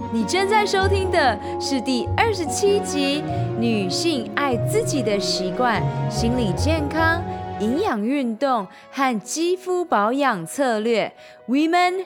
你正在收听的是第27集《女性爱自己的习惯、心理健康、营养运动和肌肤保养策略 Women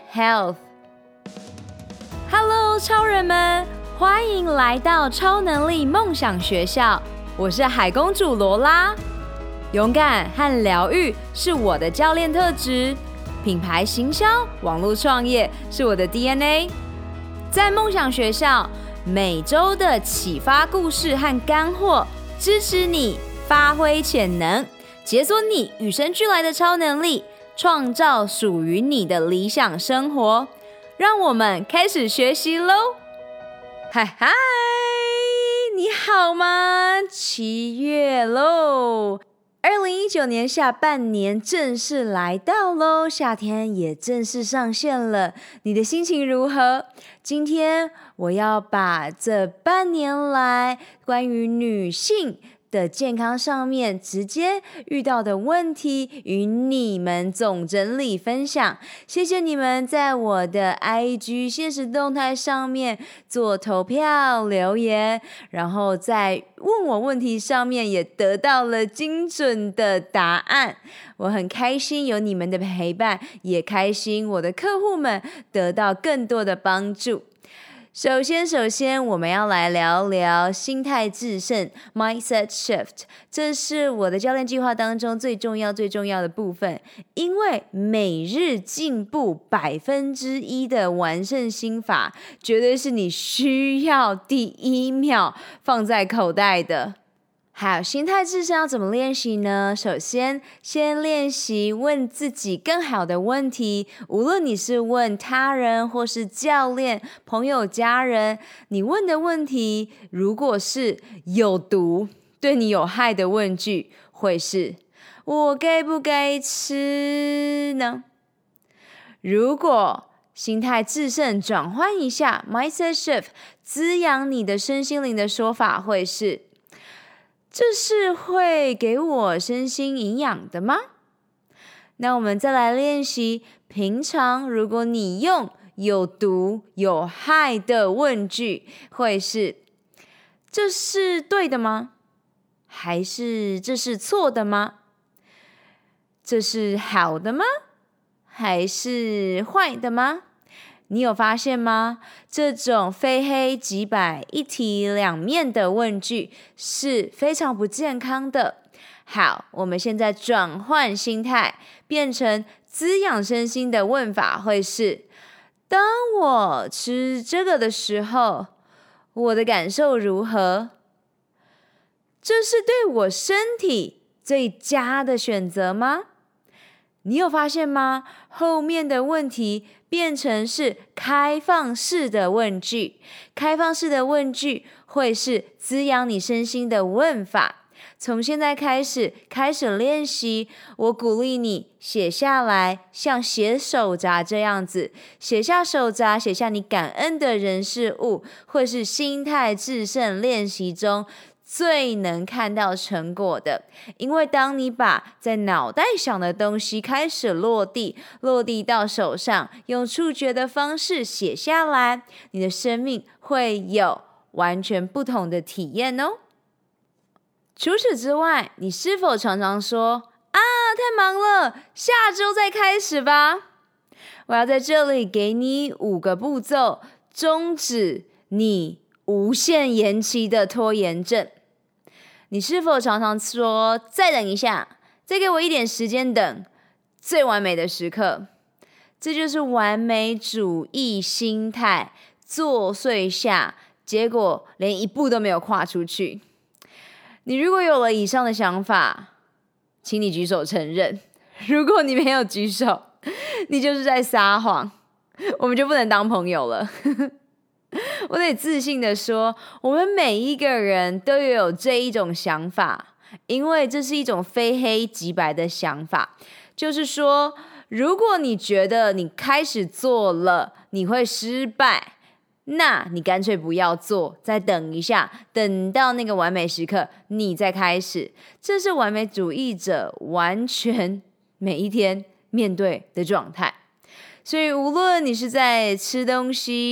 Health》。Hello， 超人们，欢迎来到超能力梦想学校，我是海公主罗拉。勇敢和疗愈是我的教练特质，品牌行销、网络创业是我的 DNA。在梦想学校，每周的启发故事和干货，支持你发挥潜能，解锁你与生俱来的超能力，创造属于你的理想生活。让我们开始学习咯！嗨嗨，你好吗？7月咯，2019年下半年正式来到咯，夏天也正式上线了，你的心情如何？今天我要把这半年来关于女性的健康上面直接遇到的问题与你们总整理分享。谢谢你们在我的 IG 限时动态上面做投票留言，然后在问我问题上面也得到了精准的答案。我很开心有你们的陪伴，也开心我的客户们得到更多的帮助。首先我们要来聊聊心态致胜 Mindset Shift， 这是我的教练计划当中最重要的部分，因为每日进步1%的完胜心法，绝对是你需要第1秒放在口袋的。好，心态致胜要怎么练习呢？首先练习问自己更好的问题，无论你是问他人或是教练、朋友、家人，你问的问题如果是有毒、对你有害的问句，会是我该不该吃呢？如果心态致胜转换一下 Mindset Shift， 滋养你的身心灵的说法会是这是会给我身心营养的吗？那我们再来练习，平常如果你用有毒有害的问句，会是这是对的吗？还是这是错的吗？这是好的吗？还是坏的吗？你有发现吗？这种非黑即白、一体两面的问句是非常不健康的。好，我们现在转换心态，变成滋养身心的问法，会是当我吃这个的时候，我的感受如何？这是对我身体最佳的选择吗？你有发现吗？后面的问题变成是开放式的问句，开放式的问句会是滋养你身心的问法。从现在开始练习，我鼓励你写下来，像写手札这样子，写下手札，写下你感恩的人事物，会是心态致胜练习中最能看到成果的。因为当你把在脑袋想的东西开始落地到手上，用触觉的方式写下来，你的生命会有完全不同的体验哦。除此之外，你是否常常说太忙了，下周再开始吧？我要在这里给你5个步骤，终止你无限延期的拖延症。你是否常常说再等一下，再给我一点时间等最完美的时刻？这就是完美主义心态作祟下，结果连一步都没有跨出去。你如果有了以上的想法，请你举手承认。如果你没有举手，你就是在撒谎，我们就不能当朋友了。我得自信的说，我们每一个人都有这一种想法，因为这是一种非黑即白的想法。就是说，如果你觉得你开始做了你会失败，那你干脆不要做，再等一下，等到那个完美时刻你再开始。这是完美主义者完全每一天面对的状态。所以无论你是在吃东西、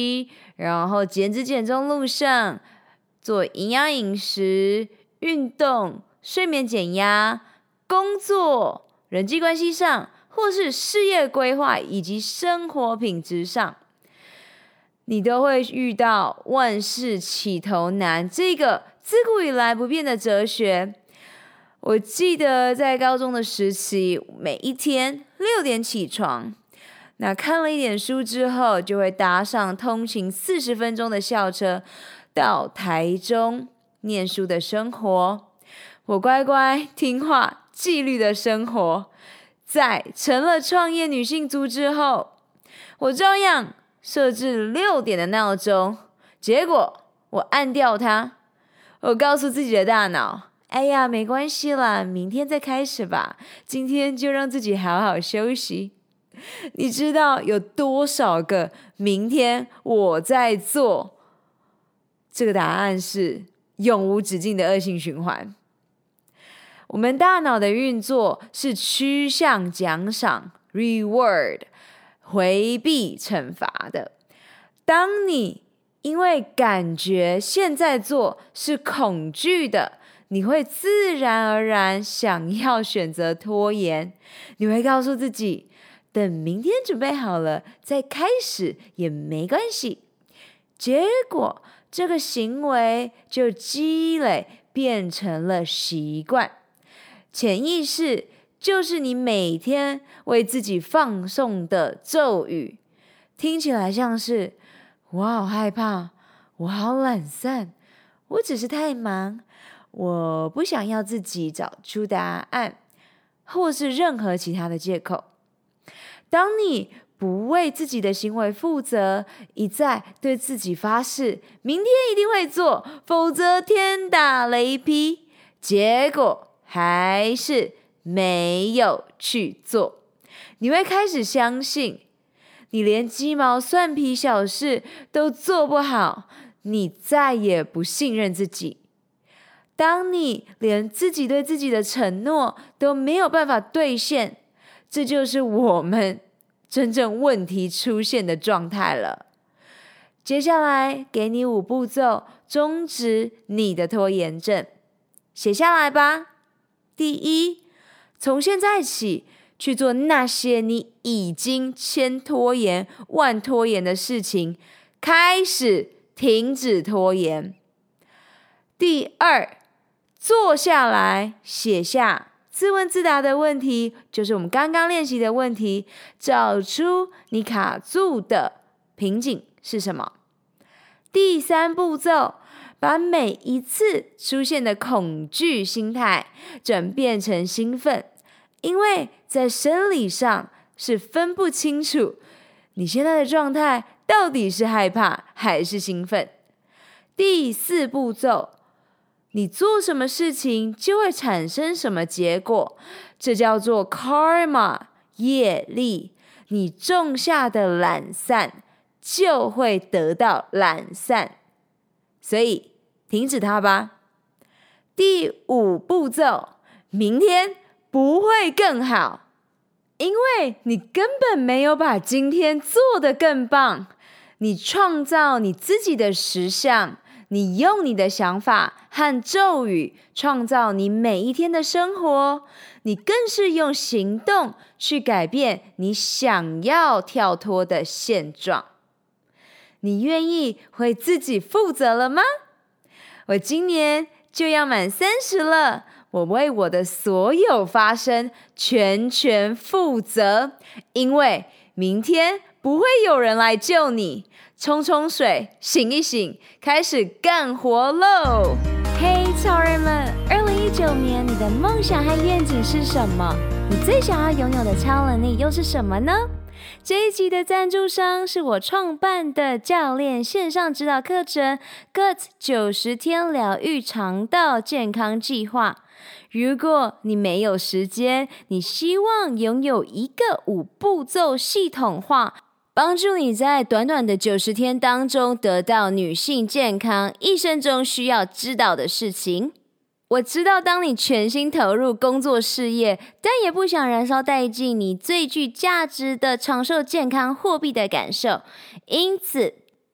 然后减脂减重路上做营养饮食、运动、睡眠减压、工作、人际关系上，或是事业规划以及生活品质上，你都会遇到万事起头难这个自古以来不变的哲学。我记得在高中的时期，每一天6点起床，那看了一点书之后，就会搭上通勤40分钟的校车到台中念书的生活。我乖乖听话纪律的生活，在成了创业女性族之后，我照样设置6点的闹钟，结果我按掉它，我告诉自己的大脑，哎呀，没关系啦，明天再开始吧，今天就让自己好好休息。你知道有多少个明天我在做？这个答案是永无止境的恶性循环。我们大脑的运作是趋向奖赏 reward 回避惩罚的。当你因为感觉现在做是恐惧的，你会自然而然想要选择拖延。你会告诉自己，等明天准备好了再开始也没关系。结果这个行为就积累变成了习惯。潜意识就是你每天为自己放送的咒语，听起来像是我好害怕，我好懒散，我只是太忙，我不想要自己找出答案，或是任何其他的借口。当你不为自己的行为负责，一再对自己发誓明天一定会做，否则天打雷劈，结果还是没有去做，你会开始相信你连鸡毛蒜皮小事都做不好，你再也不信任自己。当你连自己对自己的承诺都没有办法兑现，这就是我们真正问题出现的状态了。接下来给你5步骤，终止你的拖延症，写下来吧。第一，从现在起去做那些你已经千拖延万拖延的事情，开始停止拖延。第二，坐下来写下自问自答的问题，就是我们刚刚练习的问题，找出你卡住的瓶颈是什么。第三步骤，把每一次出现的恐惧心态转变成兴奋，因为在生理上是分不清楚你现在的状态到底是害怕还是兴奋。第4步骤，你做什么事情就会产生什么结果，这叫做 karma 业力。你种下的懒散就会得到懒散，所以停止它吧。第5步骤，明天不会更好，因为你根本没有把今天做得更棒。你创造你自己的实相，你用你的想法和咒语创造你每一天的生活，你更是用行动去改变你想要跳脱的现状。你愿意为自己负责了吗？我今年就要满30了，我为我的所有发生全权负责，因为明天不会有人来救你。冲冲水，醒一醒，开始干活喽！ 嘿，超人们，2019年你的梦想和愿景是什么？你最想要拥有的超能力又是什么呢？这一集的赞助商是我创办的教练线上指导课程 GUT 90天疗愈肠道健康计划。如果你没有时间，你希望拥有一个5步骤系统化，帮助你在短短的90天当中得到女性健康一生中需要知道的事情。我知道当你全心投入工作事业，但也不想燃烧殆尽你最具价值的长寿健康货币的感受，因此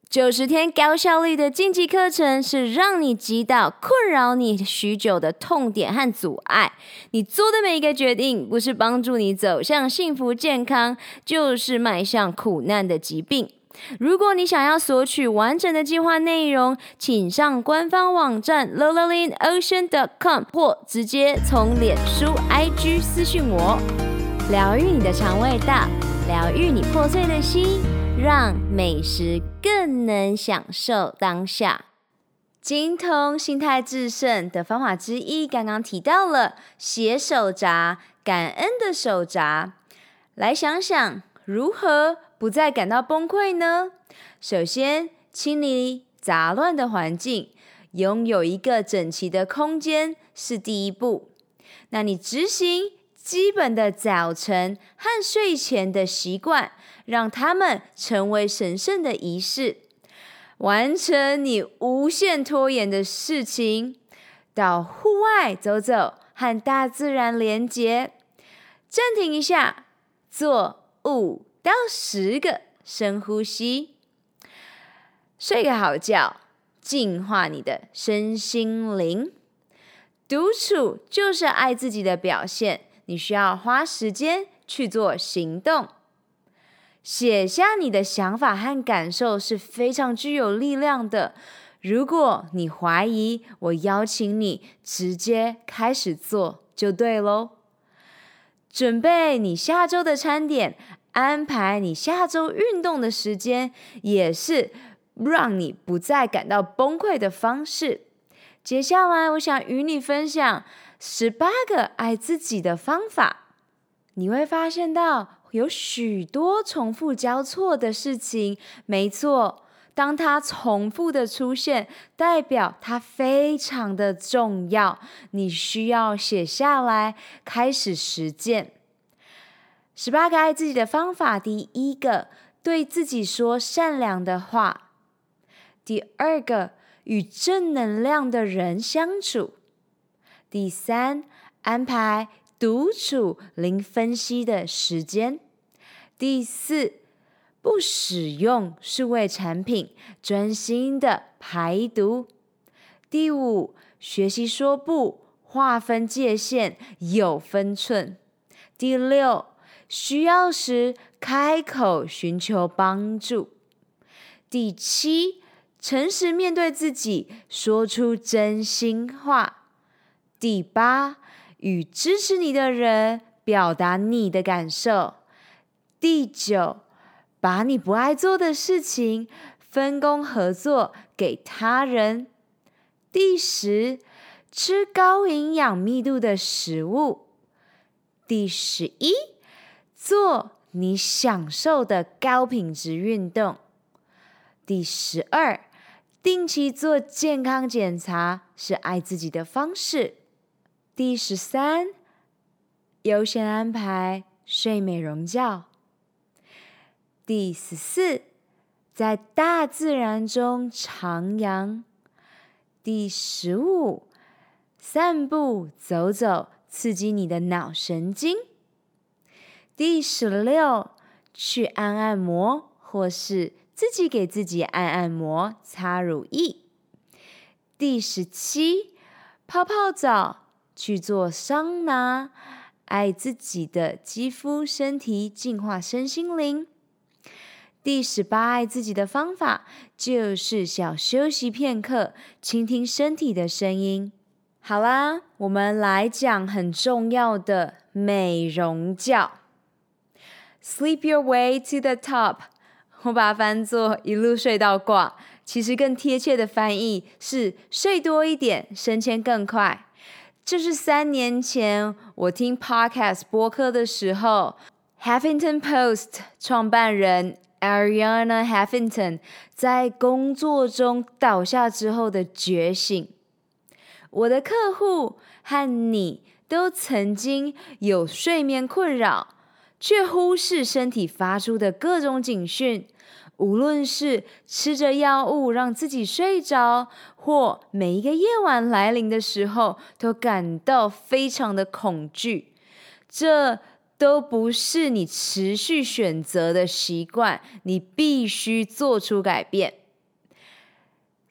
90天高效率的竞技课程是让你击倒困扰你许久的痛点和阻碍。你做的每一个决定，不是帮助你走向幸福健康，就是迈向苦难的疾病。如果你想要索取完整的计划内容，请上官方网站 lololinocean.com 或直接从脸书 IG 私讯我。疗愈你的肠胃道，疗愈你破碎的心，让美食更能享受当下。精通心态致胜的方法之一，刚刚提到了写手札，感恩的手札。来想想如何不再感到崩溃呢？首先，清理杂乱的环境，拥有一个整齐的空间是第一步。那你执行基本的早晨和睡前的习惯，让它们成为神圣的仪式，完成你无限拖延的事情。到户外走走，和大自然连结。暂停一下，做5到10个深呼吸，睡个好觉，净化你的身心灵。独处就是爱自己的表现，你需要花时间去做行动。写下你的想法和感受是非常具有力量的。如果你怀疑，我邀请你直接开始做就对咯。准备你下周的餐点，安排你下周运动的时间，也是让你不再感到崩溃的方式。接下来我想与你分享18个爱自己的方法。你会发现到有许多重复交错的事情，没错，当它重复的出现，代表它非常的重要，你需要写下来，开始实践。18个爱自己的方法，第一个，对自己说善良的话。第二个，与正能量的人相处。第3，安排独处零分析的时间。第4，不使用数位产品，专心的排毒。第5，学习说不，划分界限，有分寸。第6，需要时开口寻求帮助。第7，诚实面对自己，说出真心话。第8，与支持你的人表达你的感受。第9，把你不爱做的事情分工合作给他人。第10，吃高营养密度的食物。第11，做你享受的高品质运动。第12，定期做健康检查是爱自己的方式。第13，优先安排睡美容觉。第14，在大自然中徜徉。第15，散步走走，刺激你的脑神经。第16，去按摩，或是自己给自己按摩，擦乳液。第17，泡泡澡，去做桑拿，爱自己的肌肤身体，净化身心灵。第18，爱自己的方法就是小休息片刻，倾听身体的声音。好啦，我们来讲很重要的美容觉。Sleep your way to the top， 我把它翻作一路睡到挂，其实更贴切的翻译是睡多一点，升迁更快。这是3年前我听 Podcast 播客的时候， Huffington Post 创办人 Arianna Huffington 在工作中倒下之后的觉醒。我的客户和你都曾经有睡眠困扰，却忽视身体发出的各种警讯，无论是吃着药物让自己睡着，或每一个夜晚来临的时候都感到非常的恐惧，这都不是你持续选择的习惯，你必须做出改变。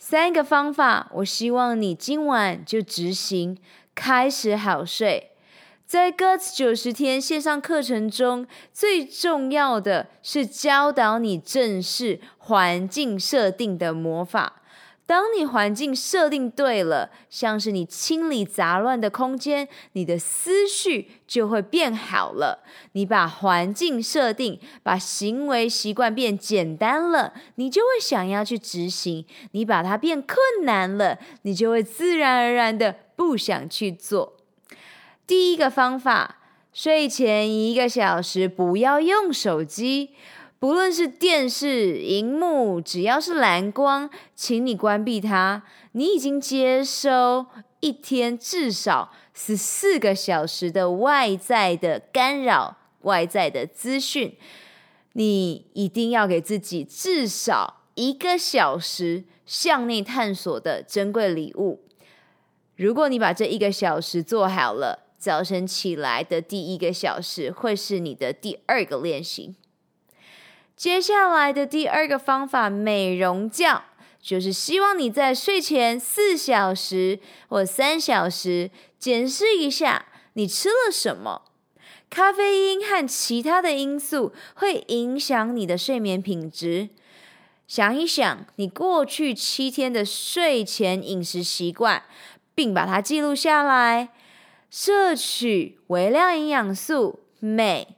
3个方法，我希望你今晚就执行，开始好睡。在 Guts 90天线上课程中，最重要的是教导你正视环境设定的魔法。当你环境设定对了，像是你清理杂乱的空间，你的思绪就会变好了。你把环境设定，把行为习惯变简单了，你就会想要去执行。你把它变困难了，你就会自然而然的不想去做。第一个方法，睡前1个小时不要用手机，不论是电视、荧幕，只要是蓝光，请你关闭它。你已经接收一天至少14个小时的外在的干扰、外在的资讯，你一定要给自己至少1个小时向内探索的珍贵礼物。如果你把这1个小时做好了，早晨起来的第1个小时会是你的第2个练习。接下来的第2个方法，美容觉，就是希望你在睡前4小时或3小时检视一下你吃了什么。咖啡因和其他的因素会影响你的睡眠品质。想一想你过去7天的睡前饮食习惯，并把它记录下来。摄取微量营养素镁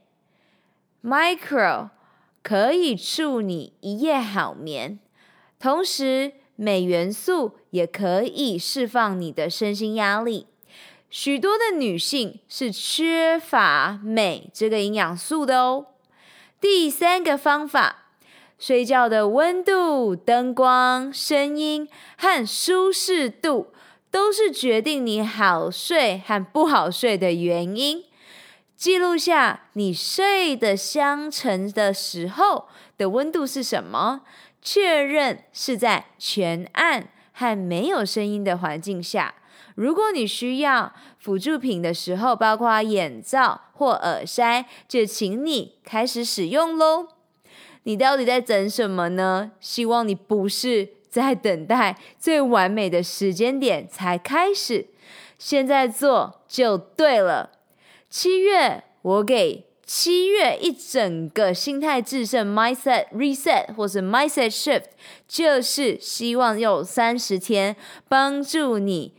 micro 可以助你一夜好眠，同时镁元素也可以释放你的身心压力。许多的女性是缺乏镁这个营养素的哦。第3个方法，睡觉的温度、灯光、声音和舒适度都是决定你好睡和不好睡的原因。记录下你睡得香沉的时候的温度是什么，确认是在全暗和没有声音的环境下。如果你需要辅助品的时候，包括眼罩或耳塞，就请你开始使用咯。你到底在等什么呢？希望你不是在等待最完美的时间点才开始，现在做就对了。7月，我给7月一整个心态制胜 mindset reset 或是 mindset shift， 就是希望用30天帮助你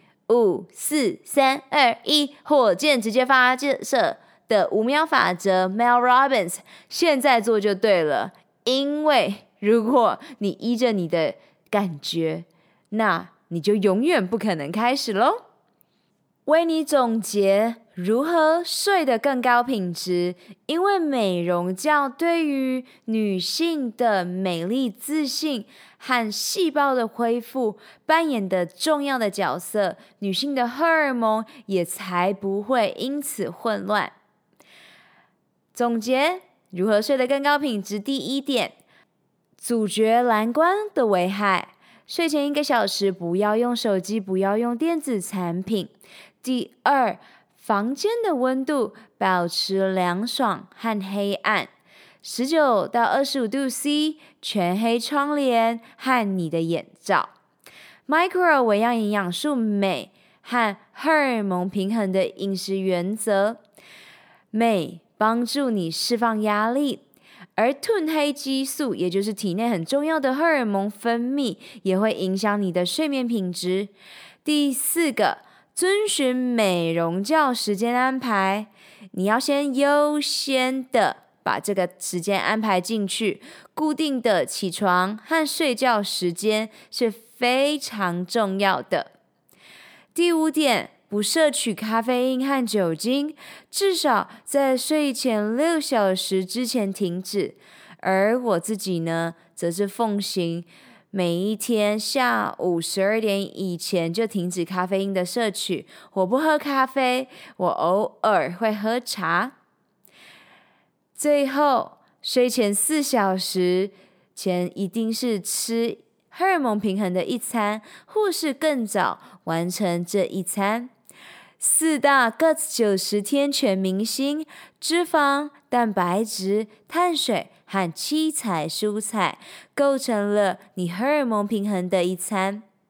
5、4、3、2、1火箭直接发射的5秒法则 Mel Robbins， 现在做就对了。因为如果你依着你的感觉，那你就永远不可能开始咯。为你总结如何睡得更高品质，因为美容觉对于女性的美丽自信和细胞的恢复扮演的重要的角色，女性的荷尔蒙也才不会因此混乱。总结如何睡得更高品质，第1点，阻绝蓝光的危害，睡前1个小时不要用手机，不要用电子产品。第2，房间的温度保持凉爽和黑暗，19到25度 C， 全黑窗帘和你的眼罩。Micro 微量营养素镁和荷尔蒙平衡的饮食原则。镁帮助你释放压力，而褪黑激素，也就是体内很重要的荷尔蒙分泌，也会影响你的睡眠品质。第4个，遵循美容觉时间安排，你要先优先的把这个时间安排进去，固定的起床和睡觉时间是非常重要的。第5点，不摄取咖啡因和酒精，至少在睡前6小时之前停止。而我自己呢，则是奉行每一天下午12点以前就停止咖啡因的摄取。我不喝咖啡，我偶尔会喝茶。最后，睡前4小时前一定是吃荷尔蒙平衡的一餐，或是更早完成这一餐。4大 Guts 90天全明星，脂肪、蛋白质、碳水和7彩蔬菜构成了你荷尔蒙平衡的一餐。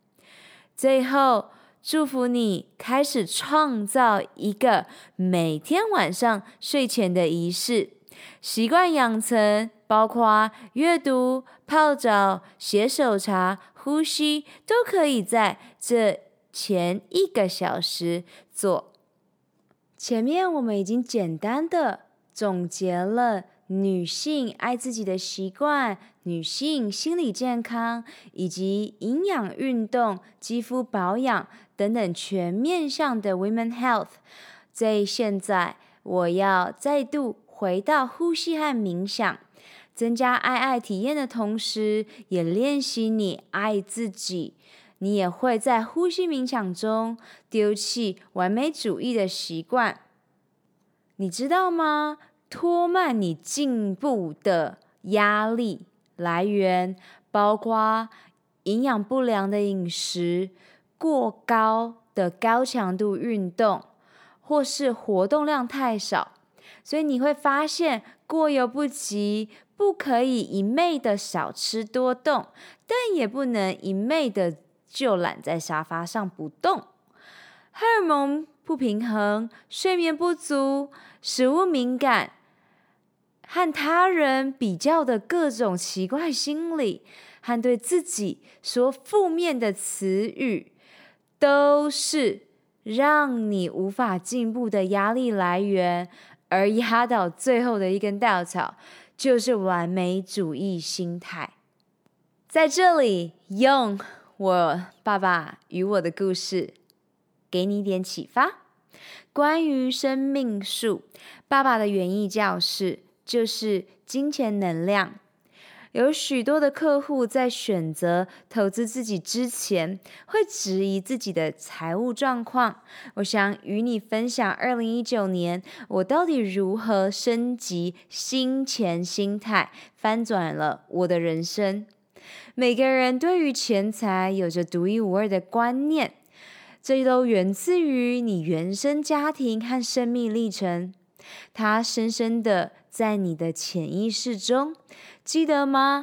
最后，祝福你开始创造一个每天晚上睡前的仪式，习惯养成包括阅读、泡澡、写手札、呼吸，都可以在这前1个小时做。前面我们已经简单的总结了女性爱自己的习惯、女性心理健康以及营养、运动、肌肤保养等等全面向的 Women Health。在现在，我要再度回到呼吸和冥想，增加爱体验的同时，也练习你爱自己。你也会在呼吸冥想中丢弃完美主义的习惯。你知道吗？拖慢你进步的压力来源，包括营养不良的饮食、过高的高强度运动，或是活动量太少。所以你会发现过犹不及，不可以一昧的少吃多动，但也不能一昧的就懒在沙发上不动。荷尔蒙不平衡、睡眠不足、食物敏感和他人比较的各种奇怪心理，和对自己说负面的词语，都是让你无法进步的压力来源。而压倒最后的一根稻草，就是完美主义心态。在这里，用我爸爸与我的故事，给你一点启发。关于生命树，爸爸的原意教室就是金钱能量。有许多的客户在选择投资自己之前，会质疑自己的财务状况。我想与你分享2019年我到底如何升级金钱心态，翻转了我的人生。每个人对于钱财有着独一无二的观念，这都源自于你原生家庭和生命历程，它深深的在你的潜意识中。记得吗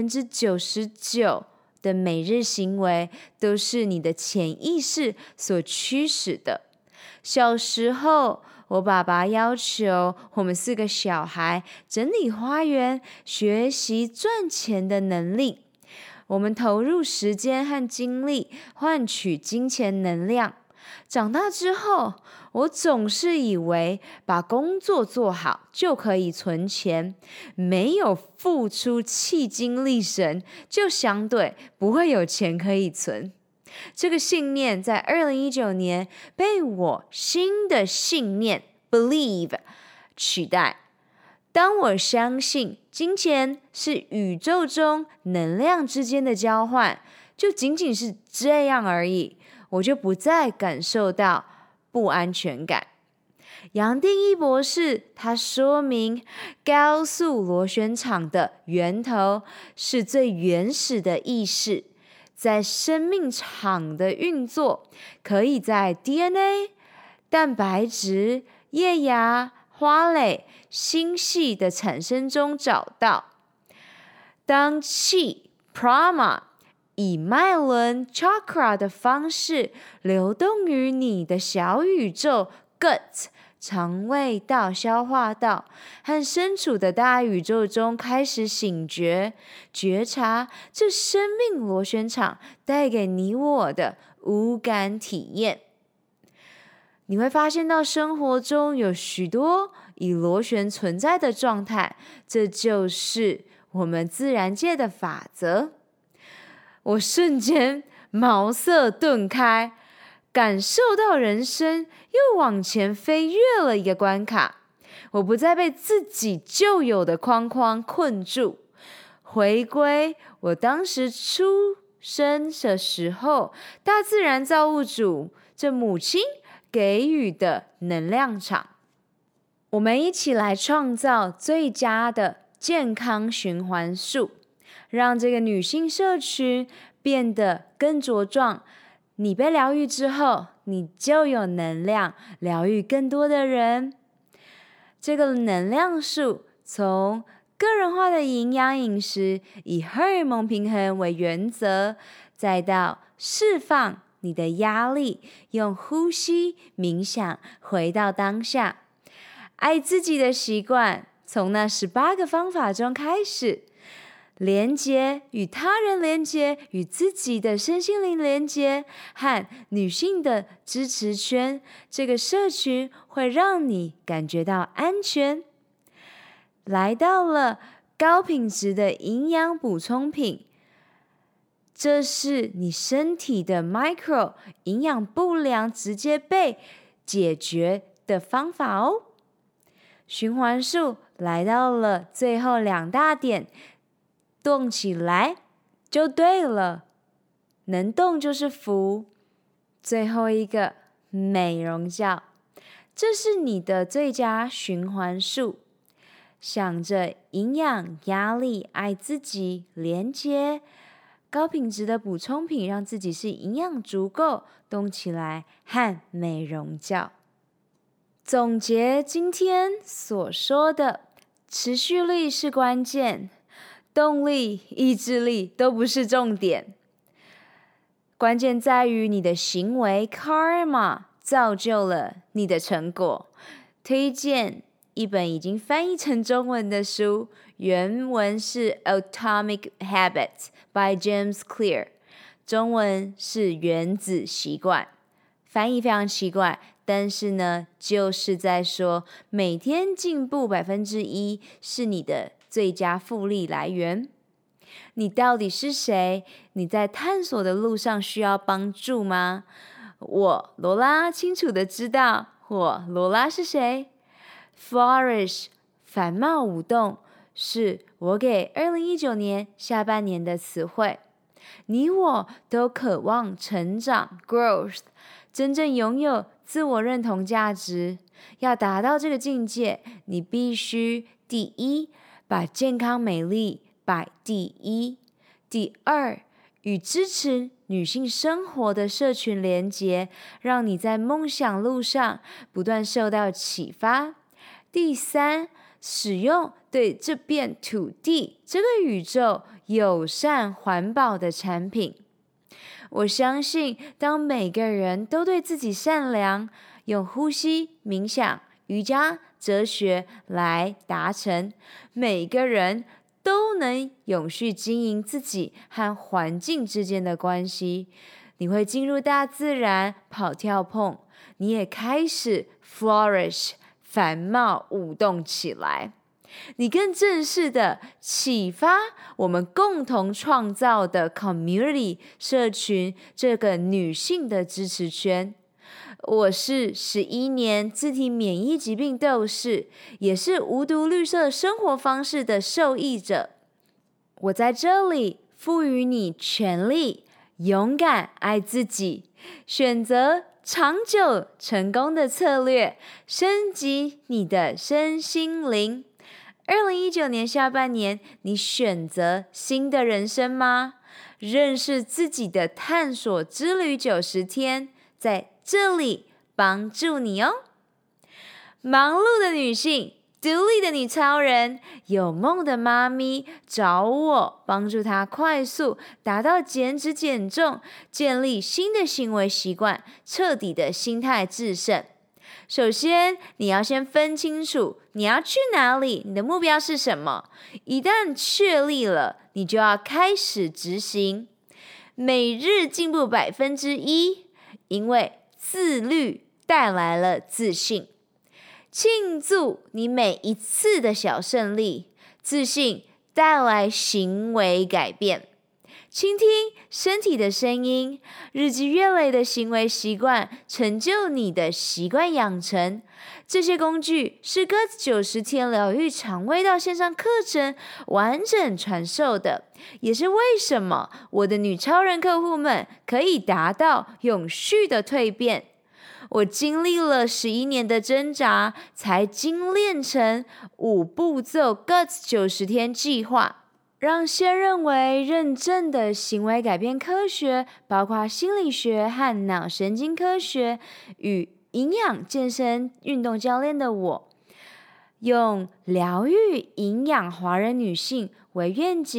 ？99%的每日行为都是你的潜意识所驱使的。小时候，我爸爸要求我们4个小孩整理花园，学习赚钱的能力。我们投入时间和精力，换取金钱能量。长大之后，我总是以为把工作做好就可以存钱，没有付出气精力神，就相对不会有钱可以存。这个信念在2019年被我新的信念 believe 取代。当我相信金钱是宇宙中能量之间的交换，就仅仅是这样而已，我就不再感受到不安全感。杨定一博士他说明，高速螺旋场的源头是最原始的意识，在生命场的运作可以在 DNA、蛋白质、叶芽、花蕾、星系的产生中找到。当气 prana 以脉轮 chakra 的方式流动于你的小宇宙 gut 肠胃道、消化道和身处的大宇宙中开始醒觉，觉察这生命螺旋场带给你我的无感体验。你会发现到生活中有许多以螺旋存在的状态，这就是我们自然界的法则。我瞬间茅塞顿开，感受到人生又往前飞跃了一个关卡。我不再被自己旧有的框框困住，回归我当时出生的时候，大自然造物主这母亲给予的能量场。我们一起来创造最佳的健康循环术，让这个女性社群变得更茁壮。你被疗愈之后，你就有能量疗愈更多的人。这个能量术从个人化的营养饮食，以荷尔蒙平衡为原则，再到释放你的压力，用呼吸、冥想回到当下。爱自己的习惯，从那18个方法中开始。连结与他人连结，与自己的身心灵连结，和女性的支持圈，这个社群会让你感觉到安全。来到了高品质的营养补充品，这是你身体的 micro 营养不良直接被解决的方法哦。循环术来到了最后2大点，动起来就对了，能动就是福。最后一个美容觉，这是你的最佳循环术。想着营养、压力、爱自己、连接高品质的补充品，让自己是营养足够，动起来和美容觉。总结今天所说的，持续力是关键，动力、意志力都不是重点，关键在于你的行为 karma 造就了你的成果。推荐一本已经翻译成中文的书，原文是 Atomic Habits by James Clear， 中文是原子习惯。翻译非常奇怪，但是呢，就是在说每天进步1%是你的最佳复利来源。你到底是谁？你在探索的路上需要帮助吗？我罗拉清楚的知道我罗拉是谁。Flourish 繁茂舞动是我给2019年下半年的词汇。你我都渴望成长 growth， 真正拥有自我认同价值。要达到这个境界，你必须第一，把健康美丽摆第一；第二，与支持女性生活的社群连结，让你在梦想路上不断受到启发；第三，使用对这片土地、这个宇宙友善环保的产品。我相信，当每个人都对自己善良，用呼吸、冥想、瑜伽、哲学来达成，每个人都能永续经营自己和环境之间的关系。你会进入大自然跑跳碰，你也开始 flourish 繁茂舞动起来。你更正式的启发我们共同创造的 community 社群，这个女性的支持圈。我是11年自体免疫疾病斗士，也是无毒绿色生活方式的受益者。我在这里赋予你权利，勇敢爱自己，选择长久成功的策略，升级你的身心灵。2019年下半年，你选择新的人生吗？认识自己的探索之旅90天，在这里帮助你哦。忙碌的女性，独立的女超人，有梦的妈咪，找我帮助她快速达到减脂减重，建立新的行为习惯，彻底的心态致胜。首先，你要先分清楚你要去哪里，你的目标是什么。一旦确立了，你就要开始执行。每日进步1%，因为自律带来了自信。庆祝你每一次的小胜利，自信带来行为改变。倾听身体的声音，日积月累的行为习惯，成就你的习惯养成。这些工具是Guts90天疗愈肠胃道线上课程完整传授的，也是为什么我的女超人客户们可以达到永续的蜕变。我经历了11年的挣扎，才精炼成5步骤Guts 90天计划，让先认为认证的行为改变科学，包括心理学和脑神经科学与营养、健身、运动教练的我，用疗愈营养华人女性为愿景，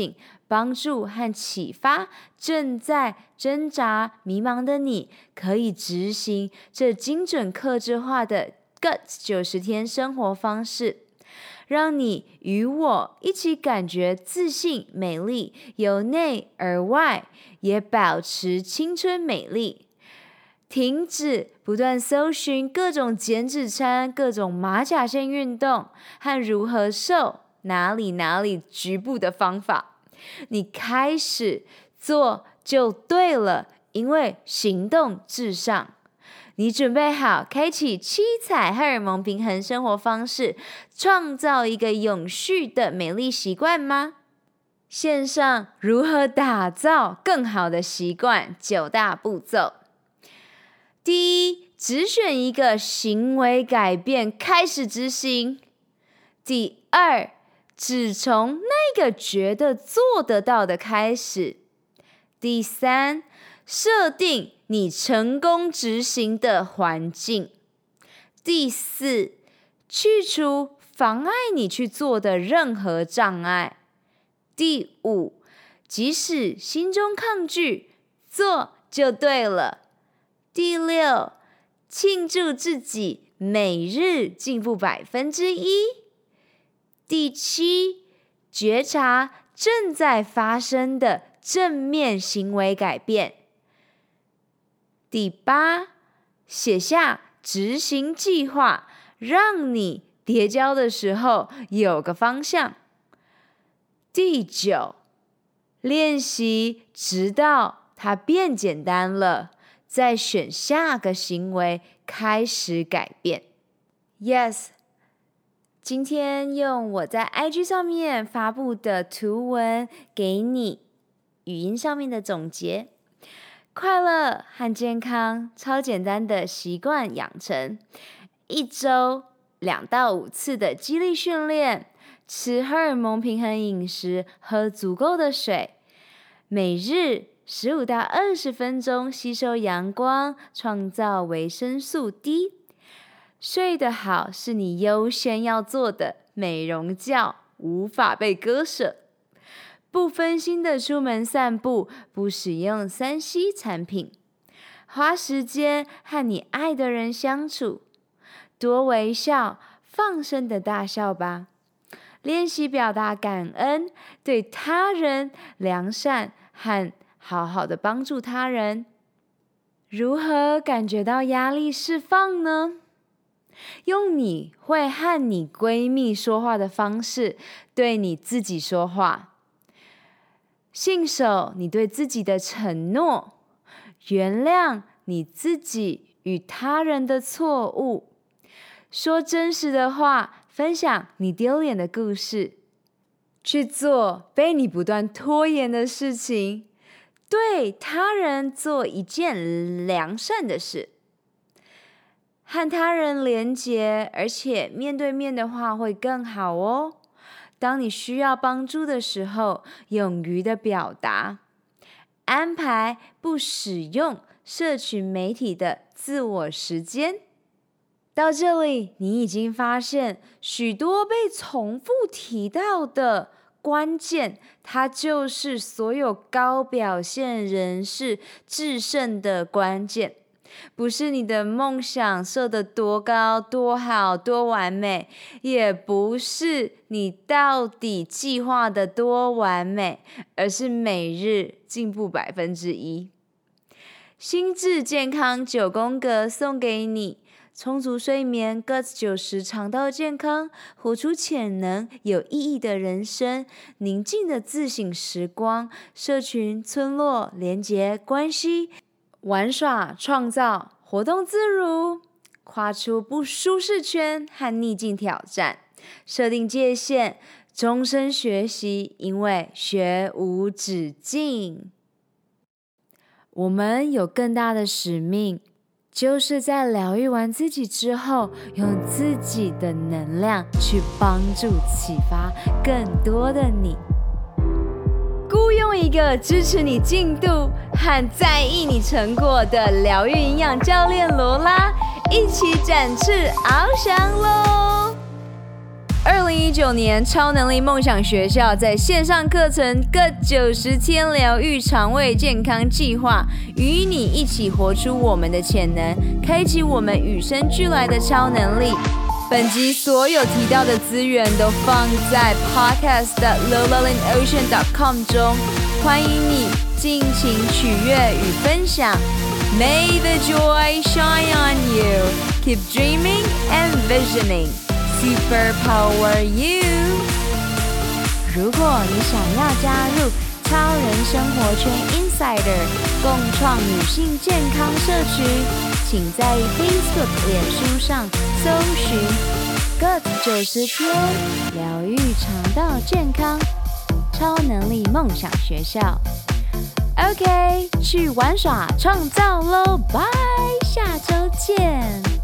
帮助和启发正在挣扎迷茫的你，可以执行这精准客制化的 GUTS 90天生活方式，让你与我一起感觉自信美丽，由内而外也保持青春美丽。停止不断搜寻各种减脂餐、各种马甲线运动和如何瘦哪里局部的方法，你开始做就对了，因为行动至上。你准备好开启七彩荷尔蒙平衡生活方式，创造一个永续的美丽习惯吗？线上如何打造更好的习惯9大步骤。第一，只选一个行为改变开始执行。第二，只从那个觉得做得到的开始。第三，设定你成功执行的环境。第四，去除妨碍你去做的任何障碍。第五，即使心中抗拒，做就对了。第六，庆祝自己每日进步1%。第七，觉察正在发生的正面行为改变。第八，写下执行计划，让你跌跤的时候有个方向。第九，练习直到它变简单了，再选下个行为开始改变。Yes， 今天用我在 IG 上面发布的图文给你语音上面的总结。快乐和健康，超简单的习惯养成，1周2到5次的肌力训练，吃荷尔蒙平衡饮食，喝足够的水，每日15到20分钟吸收阳光，创造维生素 D。 睡得好是你优先要做的，美容觉无法被割舍。不分心的出门散步，不使用3C 产品，花时间和你爱的人相处，多微笑，放声的大笑吧。练习表达感恩，对他人良善和好好的帮助他人。如何感觉到压力释放呢？用你会和你闺蜜说话的方式对你自己说话，信守你对自己的承诺，原谅你自己与他人的错误，说真实的话，分享你丢脸的故事，去做被你不断拖延的事情，对他人做一件良善的事，和他人连结，而且面对面的话会更好哦。当你需要帮助的时候，勇于的表达，安排不使用社群媒体的自我时间。到这里，你已经发现许多被重复提到的关键，它就是所有高表现人士制胜的关键。不是你的梦想设得多高、多好、多完美，也不是你到底计划的多完美，而是每日进步1%。心智健康9宫格送给你：充足睡眠、GUTS 90肠道健康、活出潜能、有意义的人生、宁静的自省时光、社群、村落、连结、关系、玩耍、创造、活动自如、跨出不舒适圈和逆境挑战、设定界限、终身学习，因为学无止境。我们有更大的使命，就是在疗愈完自己之后，用自己的能量去帮助启发更多的你。雇佣一个支持你进度和在意你成果的疗愈营养教练罗拉，一起展翅翱翔咯！ 2019年超能力梦想学校在线上课程各90天疗愈肠胃健康计划，与你一起活出我们的潜能，开启我们与生俱来的超能力。本集所有提到的资源都放在 podcast.lowlalinocean.com 中，欢迎你尽情取悦与分享。May the joy shine on you. Keep dreaming and visioning.Superpower You！ 如果你想要加入超人生活圈 Insider 共创女性健康社区，请在 Facebook 脸书上搜寻 Good 90天疗愈肠道健康超能力梦想学校。OK， 去玩耍创造喽，拜，下周见。